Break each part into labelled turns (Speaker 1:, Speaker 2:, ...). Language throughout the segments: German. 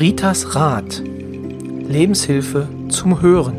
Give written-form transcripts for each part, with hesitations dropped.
Speaker 1: Ritas Rat. Lebenshilfe zum Hören.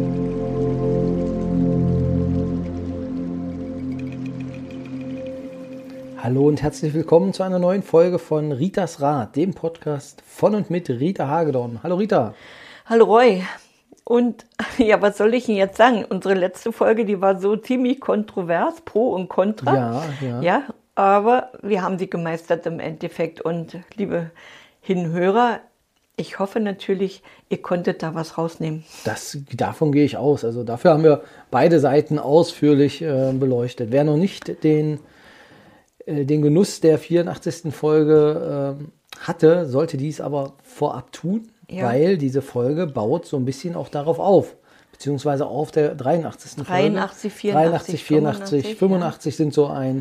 Speaker 2: Hallo und herzlich willkommen zu einer neuen Folge von Ritas Rat, dem Podcast von und mit Rita Hagedorn. Hallo Rita.
Speaker 3: Hallo Roy. Und ja, was soll ich Ihnen jetzt sagen? Unsere letzte Folge, die war so ziemlich kontrovers, pro und contra. Ja, aber wir haben sie gemeistert im Endeffekt. Und liebe Hinhörer, ich hoffe natürlich, ihr konntet da was rausnehmen.
Speaker 2: Davon gehe ich aus. Also dafür haben wir beide Seiten ausführlich beleuchtet. Wer noch nicht den Genuss der 84. Folge hatte, sollte dies aber vorab tun. Ja. Weil diese Folge baut so ein bisschen auch darauf auf, beziehungsweise auf der 83.
Speaker 3: 83,
Speaker 2: Folge. 83, 84, 85 sind so eine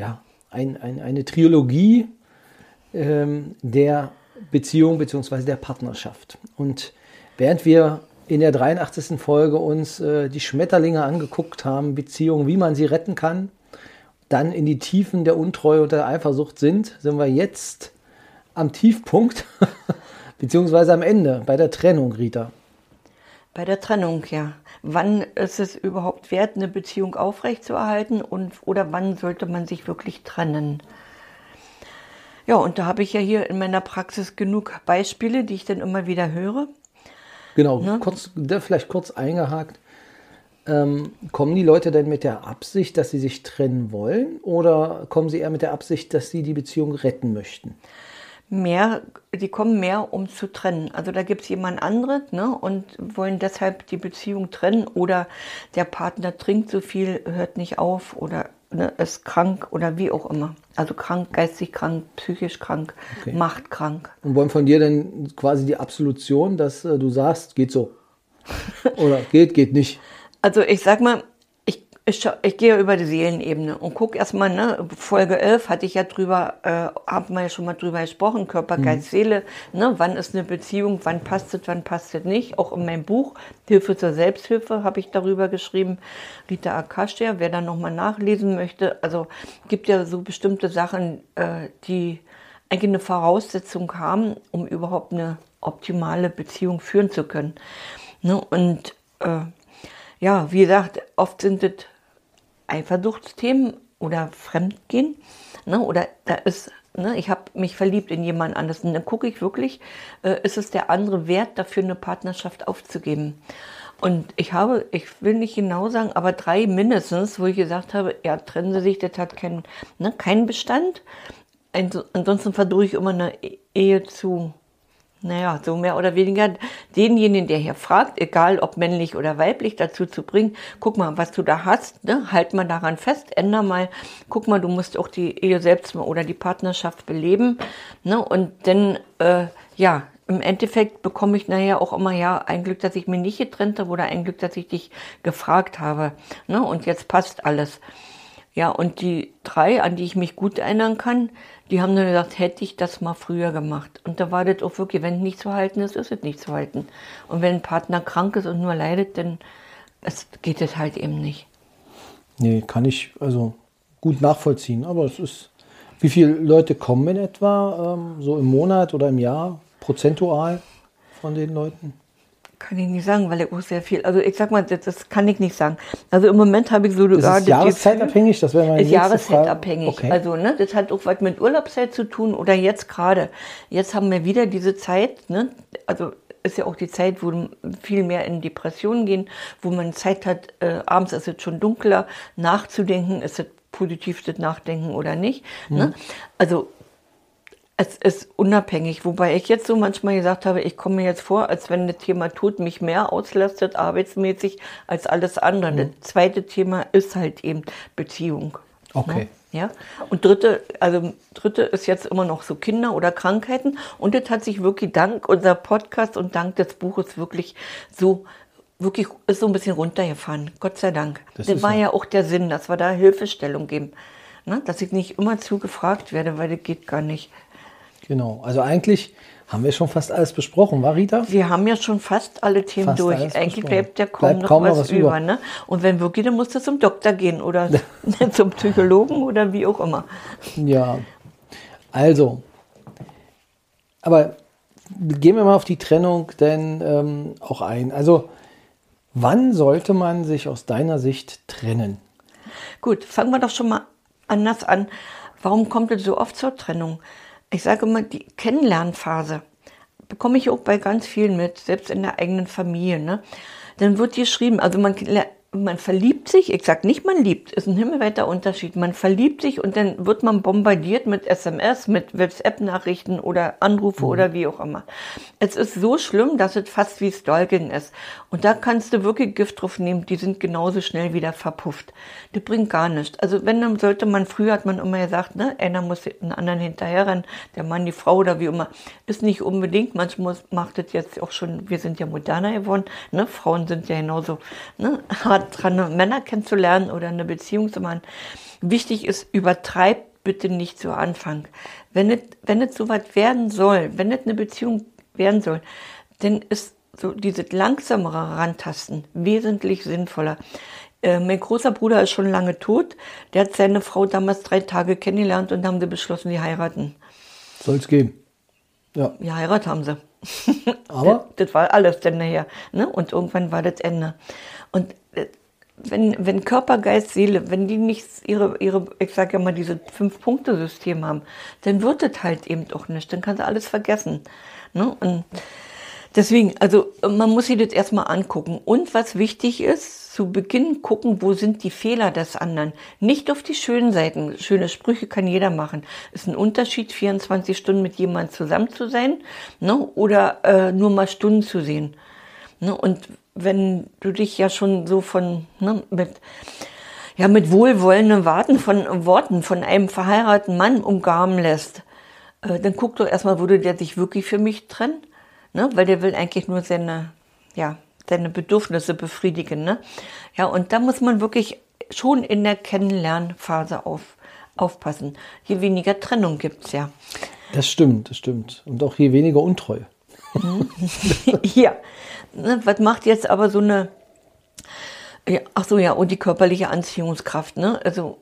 Speaker 2: Trilogie der Beziehung beziehungsweise der Partnerschaft. Und während wir in der 83. Folge uns die Schmetterlinge angeguckt haben, Beziehungen, wie man sie retten kann, dann in die Tiefen der Untreue und der Eifersucht sind wir jetzt am Tiefpunkt. Beziehungsweise am Ende, bei der Trennung, Rita.
Speaker 3: Bei der Trennung, ja. Wann ist es überhaupt wert, eine Beziehung aufrechtzuerhalten oder wann sollte man sich wirklich trennen? Ja, und da habe ich ja hier in meiner Praxis genug Beispiele, die ich dann immer wieder höre.
Speaker 2: Genau, ne? Vielleicht kurz eingehakt. Kommen die Leute denn mit der Absicht, dass sie sich trennen wollen oder kommen sie eher mit der Absicht, dass sie die Beziehung retten möchten?
Speaker 3: Die kommen mehr, um zu trennen. Also da gibt es jemand anderes, ne, und wollen deshalb die Beziehung trennen oder der Partner trinkt so viel, hört nicht auf oder ist krank oder wie auch immer. Also krank, geistig krank, psychisch krank, okay. Machtkrank.
Speaker 2: Und wollen von dir dann quasi die Absolution, dass du sagst, geht so oder geht nicht?
Speaker 3: Also ich sag mal, ich gehe über die Seelenebene und gucke erstmal, ne, Folge 11 hatte ich ja haben wir ja schon mal drüber gesprochen, Körper, Geist, Seele, ne, wann ist eine Beziehung, wann passt es nicht, auch in meinem Buch Hilfe zur Selbsthilfe habe ich darüber geschrieben, Rita Akasha, wer da nochmal nachlesen möchte, also gibt ja so bestimmte Sachen, die eigentlich eine Voraussetzung haben, um überhaupt eine optimale Beziehung führen zu können, ne, und ja, wie gesagt, oft sind es Eifersuchtsthemen oder Fremdgehen, ne, oder da ist, ne, ich habe mich verliebt in jemand anderes und dann gucke ich wirklich, ist es der andere wert, dafür eine Partnerschaft aufzugeben. Und ich will nicht genau sagen, aber 3 mindestens, wo ich gesagt habe, ja, trennen Sie sich, das hat keinen Bestand. Ansonsten versuche ich immer eine Ehe zu, naja, so mehr oder weniger denjenigen, der hier fragt, egal ob männlich oder weiblich, dazu zu bringen, guck mal, was du da hast, ne? Halt mal daran fest, änder mal, guck mal, du musst auch die Ehe selbst mal oder die Partnerschaft beleben, ne? Und dann, ja, im Endeffekt bekomme ich nachher auch immer, ja, ein Glück, dass ich mich nicht getrennt habe oder ein Glück, dass ich dich gefragt habe, ne? Und jetzt passt alles. Ja, und die 3, an die ich mich gut erinnern kann, die haben dann gesagt, hätte ich das mal früher gemacht. Und da war das auch wirklich, wenn es nicht zu halten ist, ist es nicht zu halten. Und wenn ein Partner krank ist und nur leidet, dann geht es halt eben nicht.
Speaker 2: Nee, kann ich also gut nachvollziehen. Aber es ist, wie viele Leute kommen in etwa so im Monat oder im Jahr prozentual von den Leuten?
Speaker 3: Kann ich nicht sagen, weil ich auch sehr viel, also ich sag mal, das kann ich nicht sagen. Also im Moment habe ich so
Speaker 2: gerade... Ist jahreszeitabhängig? Das wäre meine nächste Frage.
Speaker 3: Ist jahreszeitabhängig. Okay. Also ne, das hat auch was mit Urlaubszeit zu tun oder jetzt gerade. Jetzt haben wir wieder diese Zeit, ne, also ist ja auch die Zeit, wo viel mehr in Depressionen gehen, wo man Zeit hat, abends ist es schon dunkler, nachzudenken, ist es positiv das Nachdenken oder nicht. Ne? Also es ist unabhängig, wobei ich jetzt so manchmal gesagt habe, ich komme mir jetzt vor, als wenn das Thema Tod mich mehr auslastet, arbeitsmäßig, als alles andere. Das zweite Thema ist halt eben Beziehung.
Speaker 2: Okay.
Speaker 3: Ne? Ja? Und dritte ist jetzt immer noch so Kinder oder Krankheiten. Und das hat sich wirklich dank unser Podcast und dank des Buches wirklich ist so ein bisschen runtergefahren. Gott sei Dank. Das war ja auch der Sinn, dass wir da Hilfestellung geben. Ne? Dass ich nicht immer zugefragt werde, weil das geht gar nicht.
Speaker 2: Genau, also eigentlich haben wir schon fast alles besprochen, war Rita?
Speaker 3: Wir haben ja schon fast alle Themen durch. Eigentlich bleibt ja kaum noch was über. Ne? Und wenn wirklich, dann musst du zum Doktor gehen oder zum Psychologen oder wie auch immer.
Speaker 2: Ja, also, aber gehen wir mal auf die Trennung denn auch ein. Also wann sollte man sich aus deiner Sicht trennen?
Speaker 3: Gut, fangen wir doch schon mal anders an. Warum kommt es so oft zur Trennung? Ich sage immer, die Kennenlernphase bekomme ich auch bei ganz vielen mit, selbst in der eigenen Familie. Ne? Dann wird geschrieben, also man verliebt sich, ich sage nicht, man liebt, ist ein himmelweiter Unterschied. Man verliebt sich und dann wird man bombardiert mit SMS, mit WhatsApp-Nachrichten oder Anrufe oder wie auch immer. Es ist so schlimm, dass es fast wie Stalking ist. Und da kannst du wirklich Gift drauf nehmen, die sind genauso schnell wieder verpufft. Das bringt gar nichts. Also wenn, dann sollte man, früher hat man immer gesagt, ne, einer muss den anderen hinterherrennen, der Mann, die Frau oder wie immer. Ist nicht unbedingt, manchmal macht das jetzt auch schon, wir sind ja moderner geworden, ne, Frauen sind ja genauso, ne, hart dran, Männer kennenzulernen oder eine Beziehung zu machen. Wichtig ist, übertreibt bitte nicht zu Anfang. Wenn es so weit werden soll, wenn es eine Beziehung werden soll, dann ist so dieses langsamere Rantasten wesentlich sinnvoller. Mein großer Bruder ist schon lange tot. Der hat seine Frau damals 3 Tage kennengelernt und haben sie beschlossen, die heiraten.
Speaker 2: Soll es geben. Ja.
Speaker 3: Ja, heiratet haben sie.
Speaker 2: Aber?
Speaker 3: Das war alles dann nachher. Ne? Und irgendwann war das Ende. Und wenn Körper, Geist, Seele, wenn die nicht ihre, ich sage ja mal, diese 5-Punkte-System haben, dann wird das halt eben auch nicht. Dann kannst du alles vergessen. Ne? Und deswegen, also man muss sich das erstmal angucken. Und was wichtig ist, zu Beginn gucken, wo sind die Fehler des anderen. Nicht auf die schönen Seiten. Schöne Sprüche kann jeder machen. Ist ein Unterschied, 24 Stunden mit jemandem zusammen zu sein, ne? Oder nur mal Stunden zu sehen. Ne? Und wenn du dich ja schon so mit wohlwollenden Worten von einem verheirateten Mann umgarnen lässt, dann guck doch erstmal, würde der sich wirklich für mich trennen? Ne? Weil der will eigentlich nur seine Bedürfnisse befriedigen. Ne? Ja, und da muss man wirklich schon in der Kennenlernphase aufpassen. Je weniger Trennung gibt's ja.
Speaker 2: Das stimmt. Und auch je weniger Untreue.
Speaker 3: Ja, ne, was macht jetzt aber so eine, ja, ach so, ja, und die körperliche Anziehungskraft, ne, also,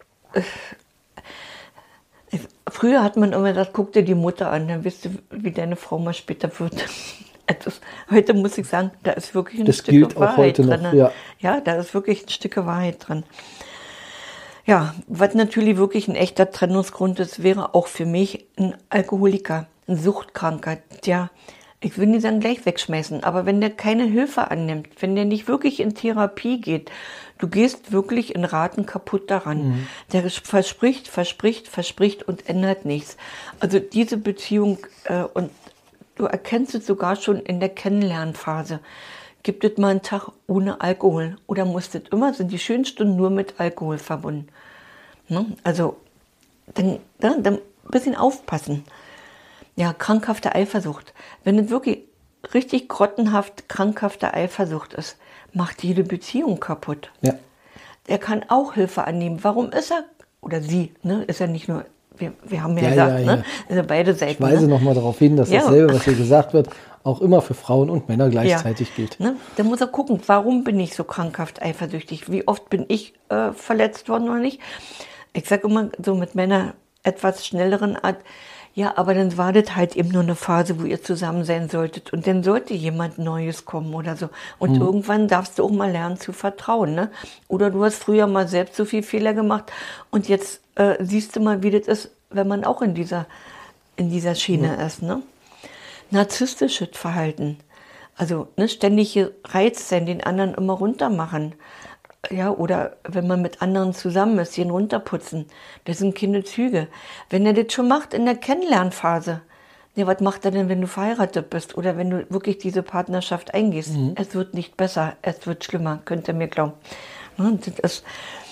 Speaker 3: früher hat man immer gesagt, guck dir die Mutter an, dann wirst du, wie deine Frau mal später wird. Heute muss ich sagen, da ist wirklich ein Stück Wahrheit drin. Ja, da ist wirklich ein Stück Wahrheit drin. Ja, was natürlich wirklich ein echter Trennungsgrund ist, wäre auch für mich ein Alkoholiker, ein Suchtkranker, der, ich will nicht sagen gleich wegschmeißen, aber wenn der keine Hilfe annimmt, wenn der nicht wirklich in Therapie geht, du gehst wirklich in Raten kaputt daran. Der verspricht und ändert nichts. Also diese Beziehung, und du erkennst es sogar schon in der Kennenlernphase. Gibt es mal einen Tag ohne Alkohol oder sind die schönen Stunden nur mit Alkohol verbunden? Ne? Also dann ein bisschen aufpassen. Ja, krankhafte Eifersucht. Wenn es wirklich richtig grottenhaft krankhafte Eifersucht ist, macht jede Beziehung kaputt. Ja. Der kann auch Hilfe annehmen. Warum ist er, oder sie, ne? Ist ja nicht nur, wir haben ja gesagt, ne? Also beide Seiten.
Speaker 2: Ich weise nochmal darauf hin, dass dasselbe, was hier gesagt wird, auch immer für Frauen und Männer gleichzeitig gilt.
Speaker 3: Ne? Da muss er gucken, warum bin ich so krankhaft eifersüchtig? Wie oft bin ich verletzt worden oder nicht? Ich sage immer so mit Männern etwas schnelleren Art, ja, aber dann war das halt eben nur eine Phase, wo ihr zusammen sein solltet. Und dann sollte jemand Neues kommen oder so. Und irgendwann darfst du auch mal lernen zu vertrauen. Ne? Oder du hast früher mal selbst so viel Fehler gemacht. Und jetzt siehst du mal, wie das ist, wenn man auch in dieser Schiene ist. Ne? Narzisstisches Verhalten. Also ständig gereizt sein, den anderen immer runtermachen. Ja, oder wenn man mit anderen zusammen ist, den runterputzen. Das sind keine Züge. Wenn er das schon macht in der Kennenlernphase, was macht er denn, wenn du verheiratet bist oder wenn du wirklich diese Partnerschaft eingehst? Es wird nicht besser, es wird schlimmer, könnt ihr mir glauben. Das ist,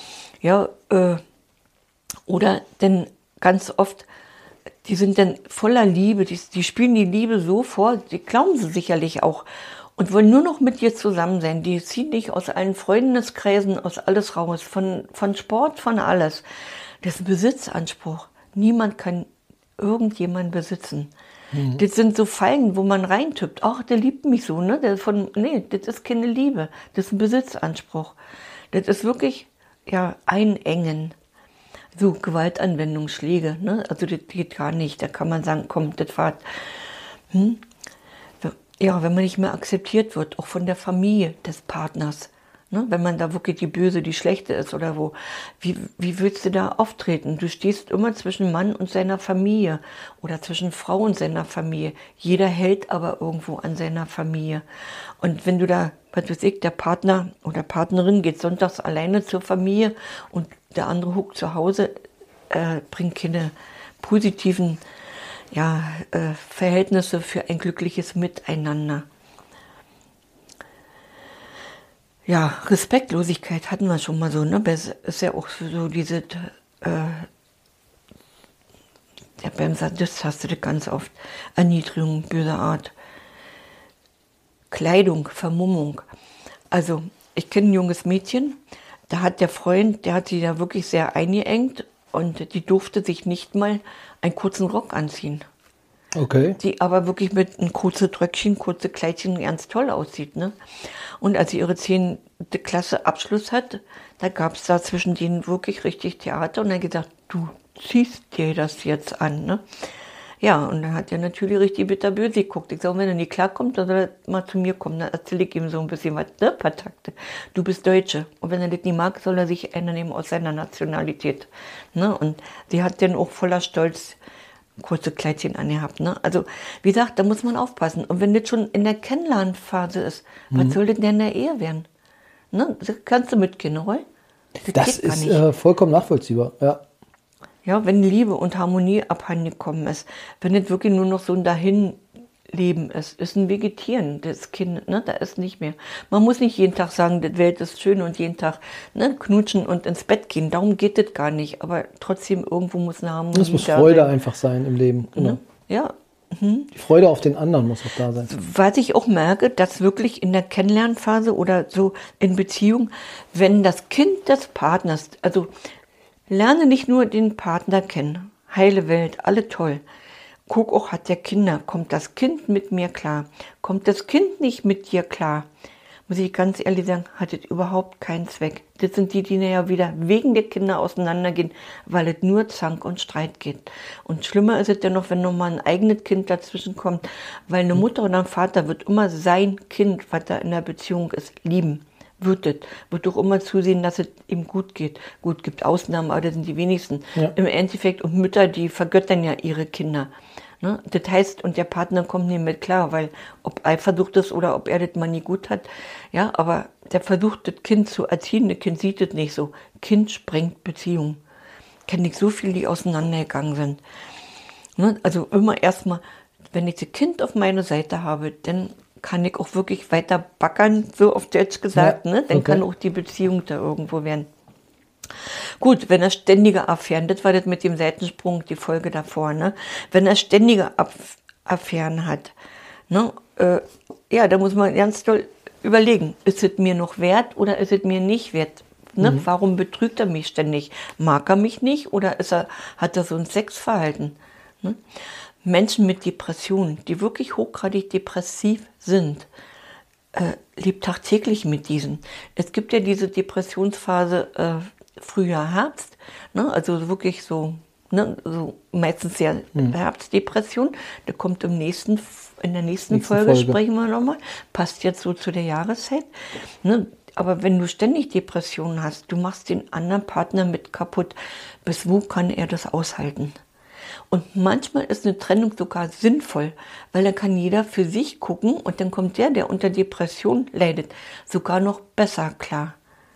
Speaker 3: oder denn ganz oft, die sind dann voller Liebe, die spielen die Liebe so vor, die glauben sie sicherlich auch. Und wollen nur noch mit dir zusammen sein. Die ziehen dich aus allen Freundeskreisen, aus alles raus, von Sport, von alles. Das ist ein Besitzanspruch. Niemand kann irgendjemanden besitzen. Das sind so Fallen, wo man reintippt. Ach, der liebt mich so, ne? Das ist keine Liebe. Das ist ein Besitzanspruch. Das ist wirklich, einengen. So Gewaltanwendungsschläge, ne? Also das geht gar nicht. Da kann man sagen, komm, das war Ja, wenn man nicht mehr akzeptiert wird, auch von der Familie des Partners. Ne? Wenn man da wirklich die Böse, die Schlechte ist oder wo. Wie willst du da auftreten? Du stehst immer zwischen Mann und seiner Familie oder zwischen Frau und seiner Familie. Jeder hält aber irgendwo an seiner Familie. Und wenn du da, was weiß ich, der Partner oder Partnerin geht sonntags alleine zur Familie und der andere huckt zu Hause, bringt keine positiven Verhältnisse für ein glückliches Miteinander. Ja, Respektlosigkeit hatten wir schon mal so, ne? Das ist ja auch so diese, beim Sadist hast du das ganz oft, Erniedrigung, böser Art, Kleidung, Vermummung. Also, ich kenne ein junges Mädchen, da hat der Freund, der hat sie da wirklich sehr eingeengt und die durfte sich nicht mal einen kurzen Rock anziehen.
Speaker 2: Okay.
Speaker 3: Die aber wirklich mit einem kurzen Röckchen, kurze Kleidchen ganz toll aussieht. Ne? Und als sie ihre 10. Klasse Abschluss hat, da gab es da zwischen denen wirklich richtig Theater. Und dann gesagt, du ziehst dir das jetzt an. Ne? Ja, und dann hat er natürlich richtig bitterböse geguckt. Ich sage, wenn er nicht klarkommt, dann soll er mal zu mir kommen. Dann erzähle ich ihm so ein bisschen was, ne? Ein paar Takte. Du bist Deutsche. Und wenn er das nicht mag, soll er sich einer nehmen aus seiner Nationalität. Ne? Und sie hat dann auch voller Stolz kurze Kleidchen angehabt. Ne? Also, wie gesagt, da muss man aufpassen. Und wenn das schon in der Kennenlernphase ist, was soll das denn in der Ehe werden? Ne? Das kannst du mitgehen, oder?
Speaker 2: Das ist vollkommen nachvollziehbar, ja.
Speaker 3: Ja, wenn Liebe und Harmonie abhandengekommen ist, wenn es wirklich nur noch so ein Dahinleben ist ein Vegetieren des Kindes, ne? Da ist nicht mehr. Man muss nicht jeden Tag sagen, die Welt ist schön und jeden Tag knutschen und ins Bett gehen. Darum geht es gar nicht. Aber trotzdem, irgendwo muss eine Harmonie da sein.
Speaker 2: Es muss Freude einfach sein im Leben. Genau.
Speaker 3: Ja.
Speaker 2: Die Freude auf den anderen muss auch da sein.
Speaker 3: Was ich auch merke, dass wirklich in der Kennenlernphase oder so in Beziehung, wenn das Kind des Partners, also lerne nicht nur den Partner kennen, heile Welt, alle toll. Guck auch, hat der Kinder, kommt das Kind mit mir klar? Kommt das Kind nicht mit dir klar? Muss ich ganz ehrlich sagen, hat es überhaupt keinen Zweck. Das sind die ja wieder wegen der Kinder auseinandergehen, weil es nur Zank und Streit geht. Und schlimmer ist es ja noch, wenn nochmal ein eigenes Kind dazwischen kommt, weil eine Mutter oder ein Vater wird immer sein Kind, was da in der Beziehung ist, lieben. Wird doch immer zusehen, dass es ihm gut geht. Gut, gibt Ausnahmen, aber das sind die wenigsten. Ja. Im Endeffekt, und Mütter, die vergöttern ja ihre Kinder. Ne? Das heißt, und der Partner kommt nicht mit klar, weil ob Eifersucht ist oder ob er das mal nie gut hat, ja, aber der versucht, das Kind zu erziehen, das Kind sieht es nicht so. Kind sprengt Beziehung. Kenne ich so viele, die auseinandergegangen sind. Ne? Also immer erstmal, wenn ich das Kind auf meiner Seite habe, dann kann ich auch wirklich weiter backern, so auf Deutsch gesagt, ja, ne? Dann kann auch die Beziehung da irgendwo werden. Gut, wenn er ständige Affären, das war das mit dem Seitensprung, die Folge davor, ne? Wenn er ständige Affären hat, ne? Da muss man ganz doll überlegen, ist es mir noch wert oder ist es mir nicht wert? Ne? Warum betrügt er mich ständig? Mag er mich nicht oder hat er so ein Sexverhalten? Ne? Menschen mit Depressionen, die wirklich hochgradig depressiv sind, lebt tagtäglich mit diesen. Es gibt ja diese Depressionsphase Frühjahr, Herbst, ne? Also wirklich so, ne? So meistens ja Herbstdepression. Da kommt in der nächsten Folge sprechen wir nochmal. Passt jetzt so zu der Jahreszeit. Ne? Aber wenn du ständig Depressionen hast, du machst den anderen Partner mit kaputt. Bis wo kann er das aushalten? Und manchmal ist eine Trennung sogar sinnvoll, weil dann kann jeder für sich gucken und dann kommt der unter Depression leidet, sogar noch besser klar.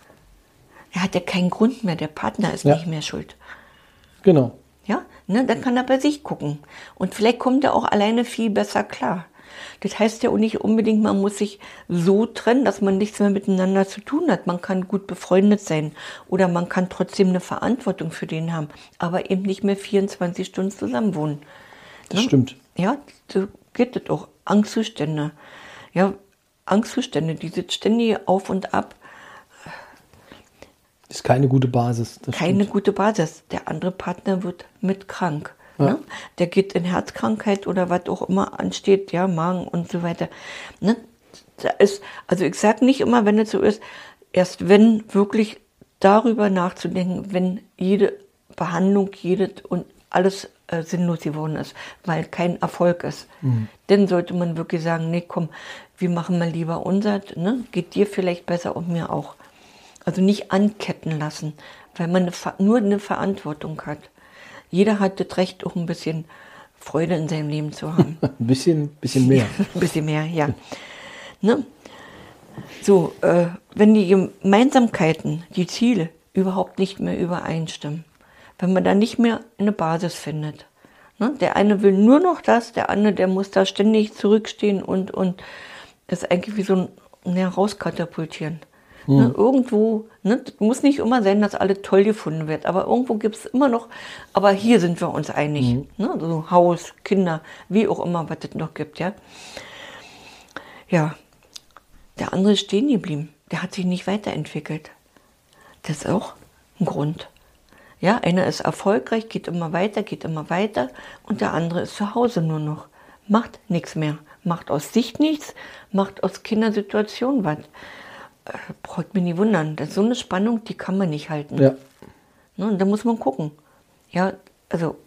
Speaker 3: Er hat ja keinen Grund mehr, der Partner ist nicht mehr schuld.
Speaker 2: Genau.
Speaker 3: Ja, ne, dann kann er bei sich gucken. Und vielleicht kommt er auch alleine viel besser klar. Das heißt ja auch nicht unbedingt, man muss sich so trennen, dass man nichts mehr miteinander zu tun hat. Man kann gut befreundet sein oder man kann trotzdem eine Verantwortung für den haben, aber eben nicht mehr 24 Stunden zusammen wohnen.
Speaker 2: Das stimmt.
Speaker 3: Ja, so geht es auch. Angstzustände. Ja, Angstzustände, diese ständige Auf und Ab.
Speaker 2: Ist keine gute Basis.
Speaker 3: Keine gute Basis. Der andere Partner wird mit krank. Ja. Ne? Der geht in Herzkrankheit oder was auch immer ansteht, ja, Magen und so weiter. Ne? Also ich sage nicht immer, wenn es so ist, erst wenn wirklich darüber nachzudenken, wenn jede Behandlung, alles sinnlos geworden ist, weil kein Erfolg ist. Dann sollte man wirklich sagen, nee, komm, wir machen mal lieber unser, ne? Geht dir vielleicht besser und mir auch. Also nicht anketten lassen, weil man nur eine Verantwortung hat. Jeder hat das Recht, auch ein bisschen Freude in seinem Leben zu haben.
Speaker 2: Ein bisschen mehr.
Speaker 3: Ein bisschen mehr, ja. Ne? So, wenn die Gemeinsamkeiten, die Ziele überhaupt nicht mehr übereinstimmen, wenn man da nicht mehr eine Basis findet. Ne? Der eine will nur noch das, der andere, der muss da ständig zurückstehen und ist eigentlich wie so ein rauskatapultieren. Ne? Irgendwo, ne? Das muss nicht immer sein, dass alles toll gefunden wird, aber irgendwo gibt es immer noch, aber hier sind wir uns einig. Ne? So Haus, Kinder, wie auch immer, was es noch gibt. Ja, ja. Der andere ist stehen geblieben, der hat sich nicht weiterentwickelt. Das ist auch ein Grund. Ja, einer ist erfolgreich, geht immer weiter und der andere ist zu Hause nur noch. Macht nichts mehr, macht aus sich nichts, macht aus Kindersituation was. Braucht mich nicht wundern, das ist so eine Spannung, die kann man nicht halten.
Speaker 2: Ja.
Speaker 3: Ne, und da muss man gucken. Ja, also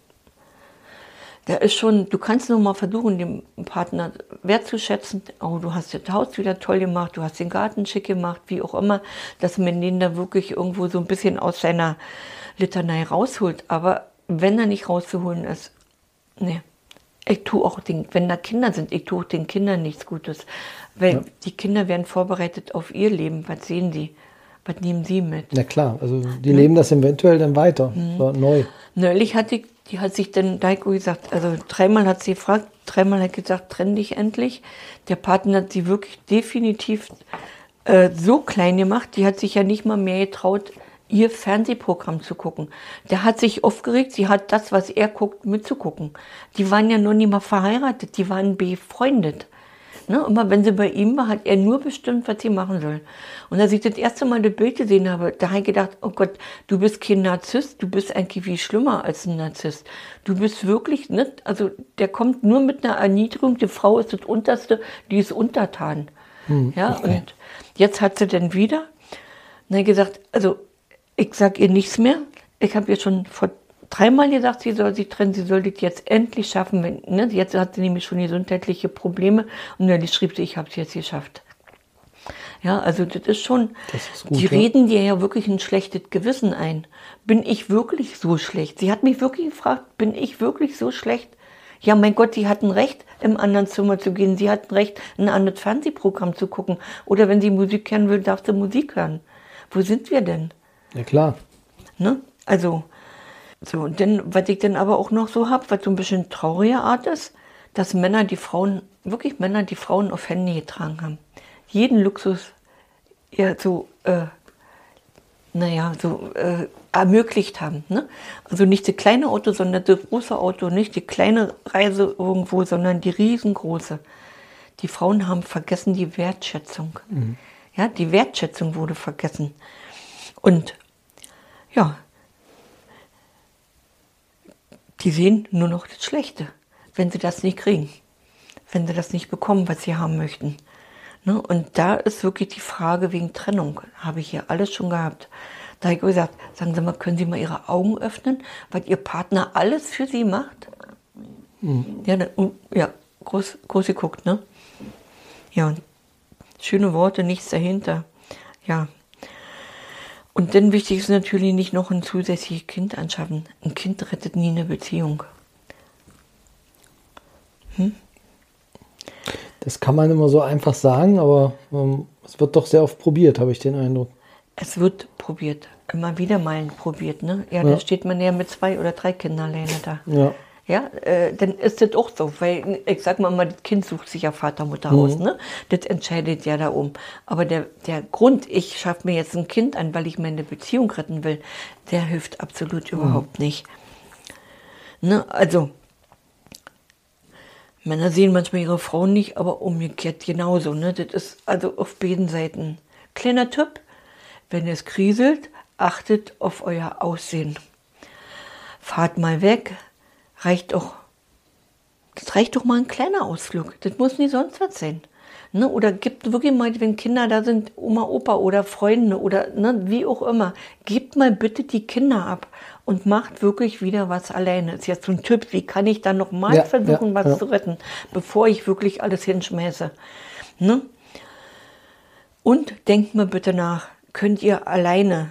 Speaker 3: da ist schon, du kannst nur mal versuchen, dem Partner wertzuschätzen. Oh, du hast das Haus wieder toll gemacht, du hast den Garten schick gemacht, wie auch immer, dass man den da wirklich irgendwo so ein bisschen aus seiner Litanei rausholt. Aber wenn er nicht rauszuholen ist, nee. Ich tue auch, wenn da Kinder sind, ich tue auch den Kindern nichts Gutes. Weil die Kinder werden vorbereitet auf ihr Leben. Was sehen sie? Was nehmen sie mit?
Speaker 2: Na klar, also die leben das eventuell dann weiter, so neu.
Speaker 3: Neulich hat sich dann Daiko gesagt, also 3-mal hat sie gefragt, 3-mal hat gesagt, trenn dich endlich. Der Partner hat sie wirklich definitiv so klein gemacht, die hat sich ja nicht mal mehr getraut, ihr Fernsehprogramm zu gucken. Der hat sich aufgeregt, sie hat das, was er guckt, mitzugucken. Die waren ja noch nie mal verheiratet, die waren befreundet. Ne? Immer wenn sie bei ihm war, hat er nur bestimmt, was sie machen soll. Und als ich das erste Mal das Bild gesehen habe, da habe ich gedacht, oh Gott, du bist kein Narzisst, du bist eigentlich viel schlimmer als ein Narzisst. Du bist wirklich, ne? Also der kommt nur mit einer Erniedrigung, die Frau ist das Unterste, die ist untertan. Ja, okay. Und jetzt hat sie dann wieder, dann gesagt, also ich sage ihr nichts mehr. Ich habe ihr schon vor 3-mal gesagt, sie soll sich trennen, sie soll das jetzt endlich schaffen. Ne? Jetzt hat sie nämlich schon gesundheitliche Probleme und dann schrieb sie, ich habe es jetzt geschafft. Ja, also das ist schon, die reden dir ja wirklich ein schlechtes Gewissen ein. Bin ich wirklich so schlecht? Sie hat mich wirklich gefragt, bin ich wirklich so schlecht? Ja, mein Gott, sie hatten Recht, im anderen Zimmer zu gehen. Sie hatten Recht, ein anderes Fernsehprogramm zu gucken. Oder wenn sie Musik hören will, darf sie Musik hören. Wo sind wir denn?
Speaker 2: Ja, klar.
Speaker 3: Ne? Also, so, und dann, was ich dann aber auch noch so habe, was so ein bisschen traurige Art ist, dass Männer die Frauen auf Hände getragen haben. Jeden Luxus ja so, ermöglicht haben. Ne? Also nicht das kleine Auto, sondern das große Auto, nicht die kleine Reise irgendwo, sondern die riesengroße. Die Frauen haben vergessen die Wertschätzung. Ja, die Wertschätzung wurde vergessen. Und ja, die sehen nur noch das Schlechte, wenn sie das nicht kriegen, wenn sie das nicht bekommen, was sie haben möchten. Ne? Und da ist wirklich die Frage wegen Trennung, habe ich hier alles schon gehabt. Da habe ich gesagt, sagen Sie mal, können Sie mal Ihre Augen öffnen, weil Ihr Partner alles für Sie macht? Ja, groß geguckt, ne? Ja, und schöne Worte, nichts dahinter. Ja. Und dann wichtig ist natürlich nicht noch ein zusätzliches Kind anschaffen. Ein Kind rettet nie eine Beziehung.
Speaker 2: Das kann man immer so einfach sagen, aber es wird doch sehr oft probiert, habe ich den Eindruck.
Speaker 3: Es wird probiert. Immer wieder mal probiert, ne? Ja, da steht man ja mit 2 oder 3 Kindern alleine da. Ja. Ja, dann ist das auch so, weil ich sag mal, das Kind sucht sich ja Vater, Mutter aus, ne? Das entscheidet ja da um. Aber der Grund, ich schaffe mir jetzt ein Kind an, weil ich meine Beziehung retten will, der hilft absolut überhaupt nicht. Ne? Also, Männer sehen manchmal ihre Frauen nicht, aber umgekehrt genauso, ne? Das ist also auf beiden Seiten. Kleiner Tipp, wenn es kriselt, achtet auf euer Aussehen. Fahrt mal weg. Das reicht doch mal ein kleiner Ausflug. Das muss nie sonst was sein. Ne? Oder gebt wirklich mal, wenn Kinder da sind, Oma, Opa oder Freunde oder ne, wie auch immer, gebt mal bitte die Kinder ab und macht wirklich wieder was alleine. Ist jetzt so ein Tipp, wie kann ich dann nochmal versuchen, was zu retten, bevor ich wirklich alles hinschmeiße. Ne? Und denkt mal bitte nach, könnt ihr alleine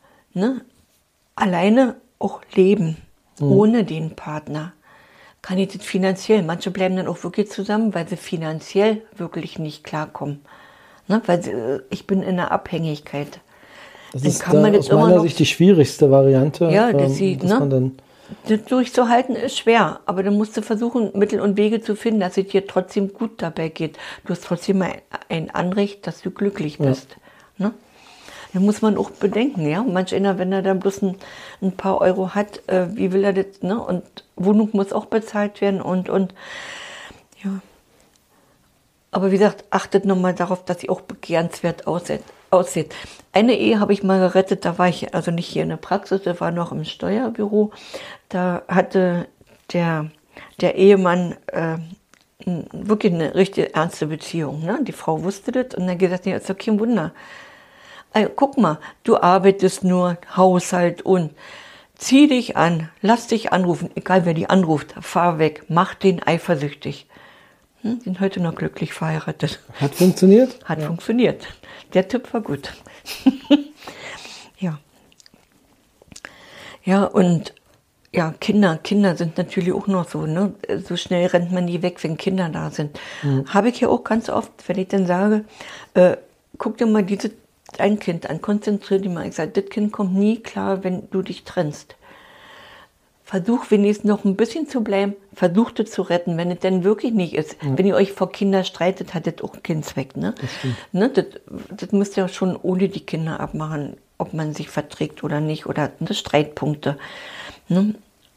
Speaker 3: auch leben, ohne den Partner? Kann ich das finanziell? Manche bleiben dann auch wirklich zusammen, weil sie finanziell wirklich nicht klarkommen. Ne? Ich bin in einer Abhängigkeit.
Speaker 2: Das ist aus meiner Sicht die schwierigste Variante.
Speaker 3: Ja, das durchzuhalten ist schwer, aber dann musst du versuchen, Mittel und Wege zu finden, dass es dir trotzdem gut dabei geht. Du hast trotzdem ein Anrecht, dass du glücklich bist. Ja. Ne? Da muss man auch bedenken, ja. Manch einer, wenn er dann bloß ein paar Euro hat, wie will er das, ne? Und Wohnung muss auch bezahlt werden und ja. Aber wie gesagt, achtet nochmal darauf, dass sie auch begehrenswert aussieht. Eine Ehe habe ich mal gerettet, da war ich also nicht hier in der Praxis, da war noch im Steuerbüro. Da hatte der Ehemann wirklich eine richtig ernste Beziehung. Ne? Die Frau wusste das und dann gesagt, ja, ist doch kein Wunder. Also, guck mal, du arbeitest nur, Haushalt und zieh dich an, lass dich anrufen, egal wer die anruft, fahr weg, mach den eifersüchtig. Sind heute noch glücklich verheiratet.
Speaker 2: Hat funktioniert?
Speaker 3: Hat funktioniert. Der Tipp war gut. Ja. Ja, und ja, Kinder sind natürlich auch noch so, ne? So schnell rennt man nie weg, wenn Kinder da sind. Habe ich ja auch ganz oft, wenn ich dann sage, guck dir mal ein Kind an, konzentrier dich mal. Ich sage, das Kind kommt nie klar, wenn du dich trennst. Versuch wenigstens noch ein bisschen zu bleiben, versuch das zu retten, wenn es denn wirklich nicht ist. Wenn ihr euch vor Kindern streitet, hat das auch keinen Zweck. Ne? Das müsst ihr schon ohne die Kinder abmachen, ob man sich verträgt oder nicht, oder Streitpunkte. Ne?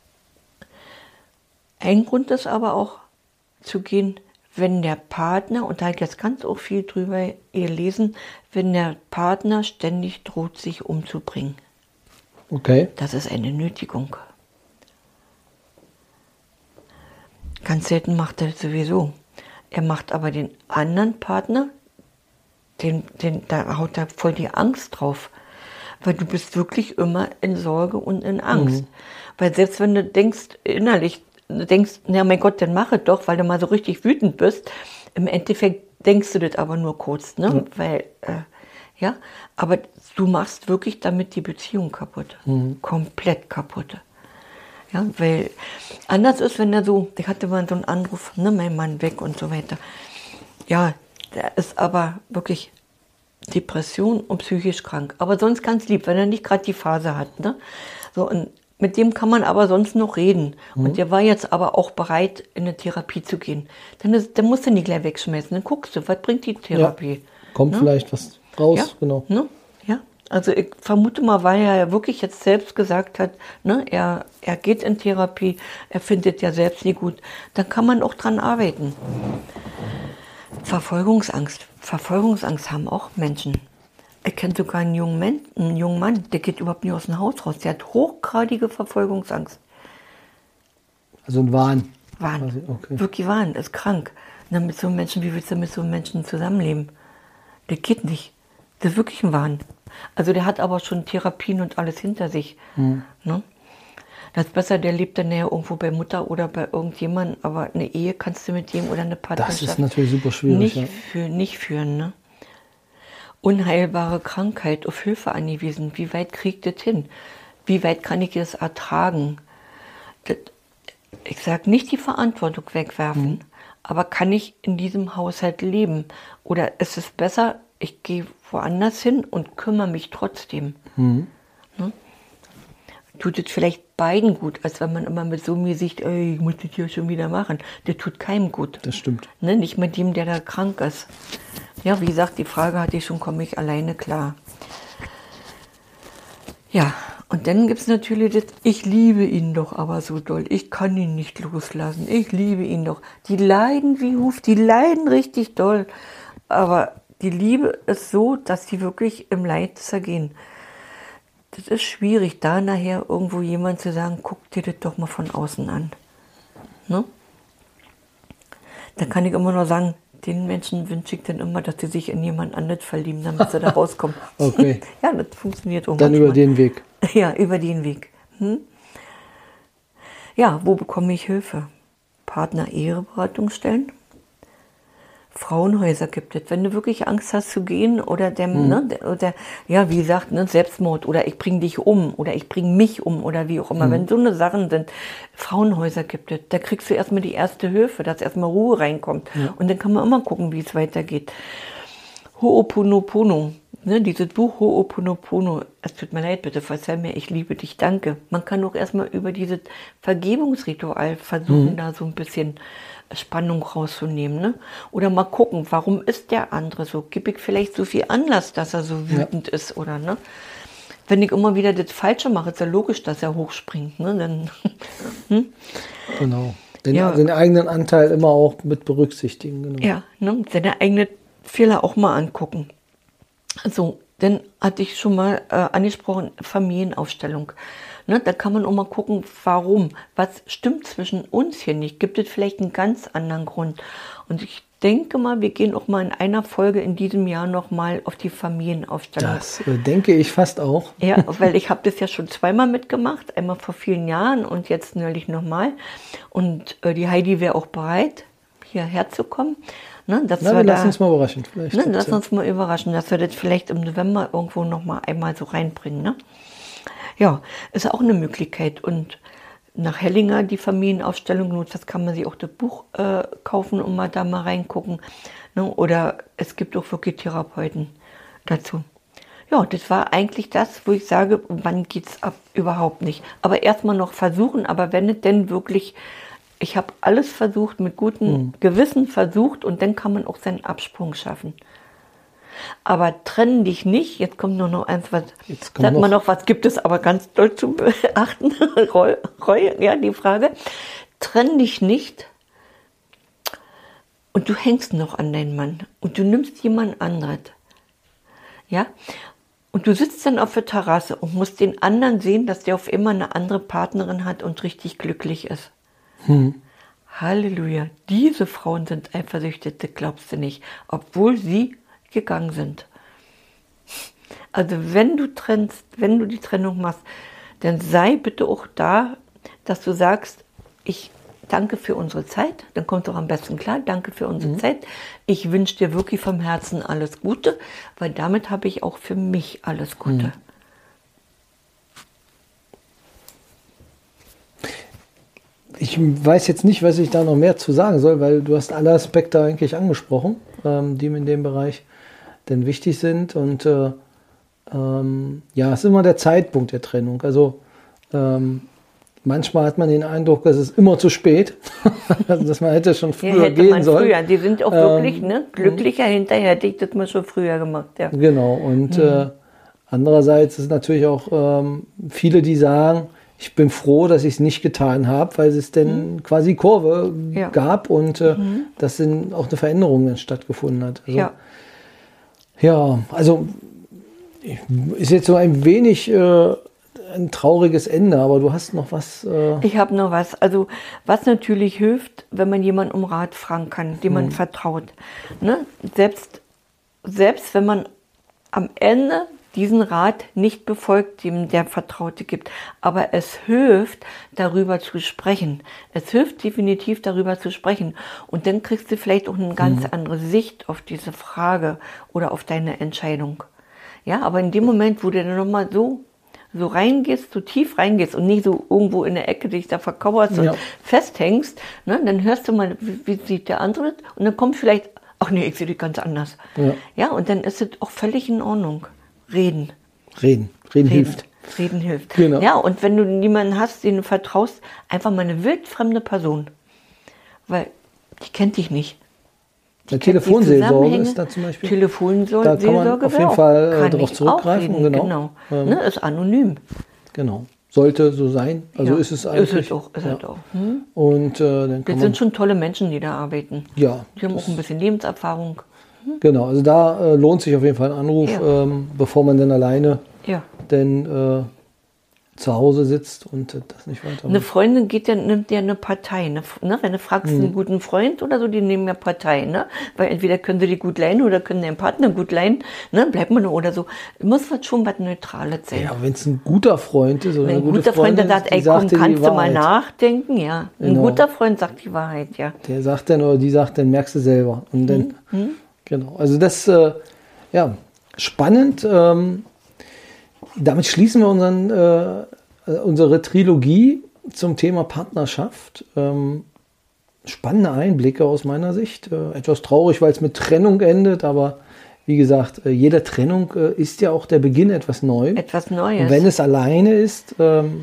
Speaker 3: Ein Grund ist aber auch zu gehen, wenn der Partner, und da habe ich jetzt ganz auch viel drüber gelesen, wenn der Partner ständig droht, sich umzubringen.
Speaker 2: Okay.
Speaker 3: Das ist eine Nötigung. Ganz selten macht er das sowieso. Er macht aber den anderen Partner, da haut er voll die Angst drauf. Weil du bist wirklich immer in Sorge und in Angst. Weil selbst wenn du innerlich denkst, na mein Gott, dann mach es doch, weil du mal so richtig wütend bist, im Endeffekt denkst du das aber nur kurz, ne? Weil, aber du machst wirklich damit die Beziehung kaputt. Komplett kaputt. Ja, weil anders ist, wenn ich hatte mal so einen Anruf, ne, mein Mann weg und so weiter. Ja, der ist aber wirklich Depression und psychisch krank. Aber sonst ganz lieb, wenn er nicht gerade die Phase hat. Ne? So, und mit dem kann man aber sonst noch reden. Und der war jetzt aber auch bereit, in eine Therapie zu gehen. Dann musst du nicht gleich wegschmeißen. Dann guckst du, was bringt die Therapie?
Speaker 2: Ja, kommt vielleicht was raus,
Speaker 3: ja,
Speaker 2: genau.
Speaker 3: Ne? Ja. Also ich vermute mal, weil er ja wirklich jetzt selbst gesagt hat, ne, er geht in Therapie, er findet ja selbst nie gut, dann kann man auch dran arbeiten. Verfolgungsangst haben auch Menschen. Ich kenne sogar einen jungen Mann, der geht überhaupt nicht aus dem Haus raus, der hat hochgradige Verfolgungsangst.
Speaker 2: Also ein Wahn.
Speaker 3: Okay. Wirklich Wahn, ist krank. Na, mit so einem Menschen, wie willst du mit so einem Menschen zusammenleben? Der geht nicht. Das ist wirklich ein Wahn. Also der hat aber schon Therapien und alles hinter sich. Ne? Das ist besser, der lebt dann ja irgendwo bei Mutter oder bei irgendjemandem, aber eine Ehe kannst du mit dem oder eine Partnerschaft
Speaker 2: das ist natürlich super schwierig,
Speaker 3: nicht führen. Ne? Unheilbare Krankheit, auf Hilfe angewiesen. Wie weit kriegt das hin? Wie weit kann ich das ertragen? Ich sage nicht die Verantwortung wegwerfen, aber kann ich in diesem Haushalt leben? Oder ist es besser, ich gehe woanders hin und kümmere mich trotzdem? Ne? Tut es vielleicht beiden gut, als wenn man immer mit so mir sieht, ich muss das hier schon wieder machen. Das tut keinem gut.
Speaker 2: Das stimmt.
Speaker 3: Ne? Nicht mit dem, der da krank ist. Ja, wie gesagt, die Frage hatte ich schon, komme ich alleine klar? Ja, und dann gibt es natürlich das, ich liebe ihn doch aber so doll, ich kann ihn nicht loslassen, ich liebe ihn doch. Die leiden wie Huf, die leiden richtig doll, aber die Liebe ist so, dass sie wirklich im Leid zergehen. Das ist schwierig, da nachher irgendwo jemand zu sagen, guck dir das doch mal von außen an. Ne? Da kann ich immer nur sagen, Den Menschen wünsche ich dann immer, dass sie sich in jemand anderes verlieben, damit sie da rauskommen.
Speaker 2: Okay.
Speaker 3: Ja, das funktioniert auch
Speaker 2: Dann
Speaker 3: manchmal.
Speaker 2: über den Weg.
Speaker 3: Ja, über den Weg. Ja, wo bekomme ich Hilfe? Partner-Eheberatungsstellen. Frauenhäuser gibt es. Wenn du wirklich Angst hast zu gehen oder ja, wie gesagt, Selbstmord oder ich bringe dich um oder ich bringe mich um oder wie auch immer. Wenn so eine Sachen sind, Frauenhäuser gibt es. Da kriegst du erstmal die erste Hilfe, dass erstmal Ruhe reinkommt. Ja. Und dann kann man immer gucken, wie es weitergeht. Ho'oponopono. Dieses Buch Ho'oponopono, es tut mir leid, bitte verzeih mir, ich liebe dich, danke. Man kann auch erstmal über dieses Vergebungsritual versuchen, da so ein bisschen Spannung rauszunehmen. Ne? Oder mal gucken, warum ist der andere so? Gib ich vielleicht so viel Anlass, dass er so wütend ist? Oder, ne? Wenn ich immer wieder das Falsche mache, ist ja logisch, dass er hochspringt. Ne? Dann,
Speaker 2: Genau. Den eigenen Anteil immer auch mit berücksichtigen. Genau.
Speaker 3: Ja, seine eigenen Fehler auch mal angucken. So, dann hatte ich schon mal angesprochen, Familienaufstellung. Ne, da kann man auch mal gucken, warum, was stimmt zwischen uns hier nicht. Gibt es vielleicht einen ganz anderen Grund? Und ich denke mal, wir gehen auch mal in einer Folge in diesem Jahr noch mal auf die Familienaufstellung.
Speaker 2: Das denke ich fast auch.
Speaker 3: Ja, weil ich habe das ja schon zweimal mitgemacht, einmal vor vielen Jahren und jetzt neulich nochmal. Und die Heidi wäre auch bereit, hierher zu kommen. Ne,
Speaker 2: wir lassen uns mal überraschen.
Speaker 3: Lass uns mal überraschen, dass wir das vielleicht im November irgendwo noch mal einmal so reinbringen. Ne? Ja, ist auch eine Möglichkeit. Und nach Hellinger, die Familienaufstellung, das kann man sich auch das Buch kaufen und mal da mal reingucken. Ne? Oder es gibt auch wirklich Therapeuten dazu. Ja, das war eigentlich das, wo ich sage, wann geht's ab? Überhaupt nicht. Aber erstmal noch versuchen, aber wenn es denn wirklich... Ich habe alles versucht, mit gutem Gewissen versucht und dann kann man auch seinen Absprung schaffen. Aber trenn dich nicht, jetzt kommt noch eins, was sagt man noch, was gibt es aber ganz doll zu beachten, Reue, ja, die Frage. Trenn dich nicht und du hängst noch an deinen Mann und du nimmst jemand anderes. Ja? Und du sitzt dann auf der Terrasse und musst den anderen sehen, dass der auf immer eine andere Partnerin hat und richtig glücklich ist. Halleluja, diese Frauen sind eifersüchtig, das glaubst du nicht, obwohl sie gegangen sind. Also wenn du trennst, wenn du die Trennung machst, dann sei bitte auch da, dass du sagst, ich danke für unsere Zeit, dann kommt doch am besten klar, danke für unsere Zeit. Ich wünsche dir wirklich vom Herzen alles Gute, weil damit habe ich auch für mich alles Gute.
Speaker 2: Ich weiß jetzt nicht, was ich da noch mehr zu sagen soll, weil du hast alle Aspekte eigentlich angesprochen, die in dem Bereich denn wichtig sind. Und es ist immer der Zeitpunkt der Trennung. Also manchmal hat man den Eindruck, es ist immer zu spät, dass man hätte schon früher gehen sollen. Früher.
Speaker 3: Die sind auch wirklich glücklicher hinterher, hätte ich das mal schon früher gemacht. Ja.
Speaker 2: Genau, und andererseits ist natürlich auch viele, die sagen, ich bin froh, dass ich es nicht getan habe, weil es dann quasi Kurve gab und dass dann auch eine Veränderung dann stattgefunden hat. Also, ist jetzt so ein wenig ein trauriges Ende, aber du hast noch was.
Speaker 3: Ich habe noch was. Also, was natürlich hilft, wenn man jemanden um Rat fragen kann, dem man vertraut. Ne? Selbst wenn man am Ende diesen Rat nicht befolgt, dem der Vertraute gibt. Aber es hilft, darüber zu sprechen. Es hilft definitiv, darüber zu sprechen. Und dann kriegst du vielleicht auch eine ganz andere Sicht auf diese Frage oder auf deine Entscheidung. Ja, aber in dem Moment, wo du dann nochmal so reingehst, so tief reingehst und nicht so irgendwo in der Ecke dich da verkauerst und festhängst, ne, dann hörst du mal, wie sieht der andere und dann kommt vielleicht, ach nee, ich sehe dich ganz anders. Ja, und dann ist es auch völlig in Ordnung. Reden hilft. Reden hilft.
Speaker 2: Genau.
Speaker 3: Ja, und wenn du niemanden hast, den du vertraust, einfach mal eine wildfremde Person. Weil die kennt dich nicht.
Speaker 2: Die Telefonseelsorge ist da zum Beispiel.
Speaker 3: Telefonseelsorge,
Speaker 2: da kann man auf jeden Fall darauf zurückgreifen.
Speaker 3: Genau. Ne, ist anonym.
Speaker 2: Genau. Sollte so sein. Also ist es eigentlich.
Speaker 3: Ist es auch.
Speaker 2: Und dann
Speaker 3: das sind schon tolle Menschen, die da arbeiten.
Speaker 2: Ja.
Speaker 3: Die haben auch ein bisschen Lebenserfahrung.
Speaker 2: Genau, also da lohnt sich auf jeden Fall ein Anruf, bevor man dann alleine zu Hause sitzt und das nicht weiter.
Speaker 3: Eine Freundin nimmt ja eine Partei. Ne? Wenn du fragst einen guten Freund oder so, die nehmen ja Partei. Ne? Weil entweder können sie die gut leihen oder können den Partner gut leihen. Ne? Bleibt man nur oder so. Muss schon was Neutrales sein.
Speaker 2: Ja, wenn es ein guter Freund ist oder
Speaker 3: wenn
Speaker 2: eine
Speaker 3: ein
Speaker 2: gute
Speaker 3: guter Freund
Speaker 2: Freundin
Speaker 3: sagt,
Speaker 2: ist,
Speaker 3: ey komm, kannst du mal nachdenken? Ja, ein guter Freund sagt die Wahrheit, ja.
Speaker 2: Der sagt dann oder die sagt dann, merkst du selber. Und dann, genau. Also das, spannend. Damit schließen wir unsere Trilogie zum Thema Partnerschaft. Spannende Einblicke aus meiner Sicht. Etwas traurig, weil es mit Trennung endet, aber wie gesagt, jede Trennung ist ja auch der Beginn etwas Neues.
Speaker 3: Etwas Neues.
Speaker 2: Und wenn es alleine ist,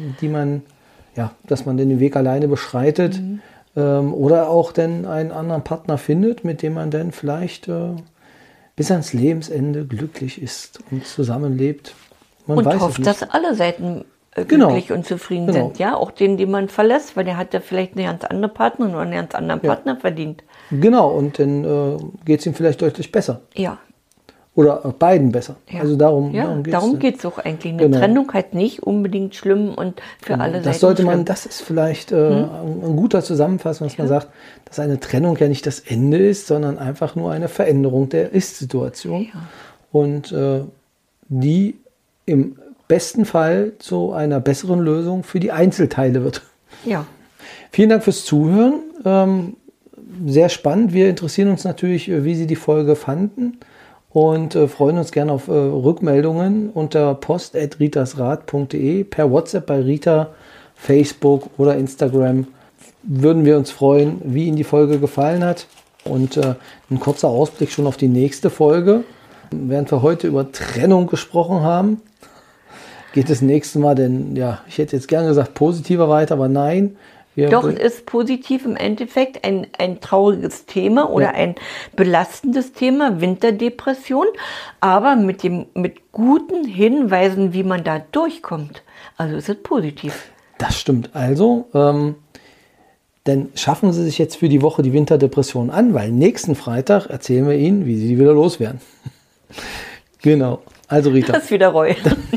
Speaker 2: dass man den Weg alleine beschreitet oder auch dann einen anderen Partner findet, mit dem man dann vielleicht bis ans Lebensende glücklich ist und zusammenlebt. Man weiß
Speaker 3: hofft,
Speaker 2: es nicht.
Speaker 3: dass alle Seiten glücklich und zufrieden sind. Ja, auch den man verlässt, weil der hat ja vielleicht eine ganz andere Partnerin oder einen ganz anderen Partner verdient.
Speaker 2: Genau, und dann geht es ihm vielleicht deutlich besser.
Speaker 3: Ja.
Speaker 2: Oder beiden besser.
Speaker 3: Ja.
Speaker 2: Also darum
Speaker 3: geht es auch eigentlich. Eine Trennung halt nicht unbedingt schlimm und für alle Seiten
Speaker 2: das sollte man,
Speaker 3: schlimm.
Speaker 2: das ist vielleicht ein guter Zusammenfassung, dass man sagt, dass eine Trennung ja nicht das Ende ist, sondern einfach nur eine Veränderung der Ist-Situation. Ja. Und die im besten Fall zu einer besseren Lösung für die Einzelteile wird.
Speaker 3: Ja.
Speaker 2: Vielen Dank fürs Zuhören. Sehr spannend. Wir interessieren uns natürlich, wie Sie die Folge fanden und freuen uns gerne auf Rückmeldungen unter post@ritasrat.de, per WhatsApp bei Rita, Facebook oder Instagram. Würden wir uns freuen, wie Ihnen die Folge gefallen hat. Und ein kurzer Ausblick schon auf die nächste Folge. Während wir heute über Trennung gesprochen haben, geht das nächste Mal, denn ich hätte jetzt gerne gesagt positiver weiter, aber nein.
Speaker 3: Doch, es ist positiv im Endeffekt ein trauriges Thema oder ein belastendes Thema, Winterdepression, aber mit guten Hinweisen, wie man da durchkommt. Also es ist positiv.
Speaker 2: Das stimmt. Also, dann schaffen Sie sich jetzt für die Woche die Winterdepression an, weil nächsten Freitag erzählen wir Ihnen, wie Sie die wieder loswerden. Genau. Also Rita.
Speaker 3: Das ist wieder Reue.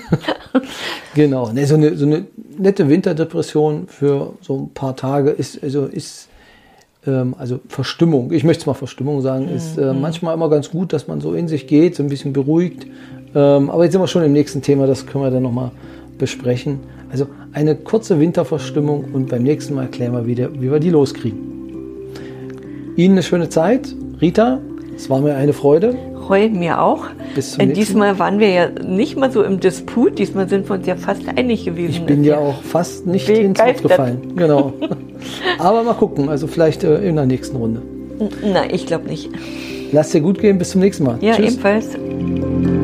Speaker 2: Genau. So eine nette Winterdepression für so ein paar Tage ist Verstimmung. Ich möchte es mal Verstimmung sagen, ist manchmal immer ganz gut, dass man so in sich geht, so ein bisschen beruhigt. Aber jetzt sind wir schon im nächsten Thema, das können wir dann nochmal besprechen. Also eine kurze Winterverstimmung und beim nächsten Mal erklären wir wieder, wie wir die loskriegen. Ihnen eine schöne Zeit. Rita, es war mir eine Freude.
Speaker 3: Roy, mir auch.
Speaker 2: Bis zum nächsten
Speaker 3: Mal waren wir ja nicht mal so im Disput. Diesmal sind wir uns ja fast einig gewesen.
Speaker 2: Ich bin ja auch fast nicht ins Wort gefallen. Genau. Aber mal gucken. Also vielleicht in der nächsten Runde.
Speaker 3: Nein, ich glaube nicht.
Speaker 2: Lass dir gut gehen. Bis zum nächsten Mal.
Speaker 3: Ja,
Speaker 2: Tschüss.
Speaker 3: ebenfalls.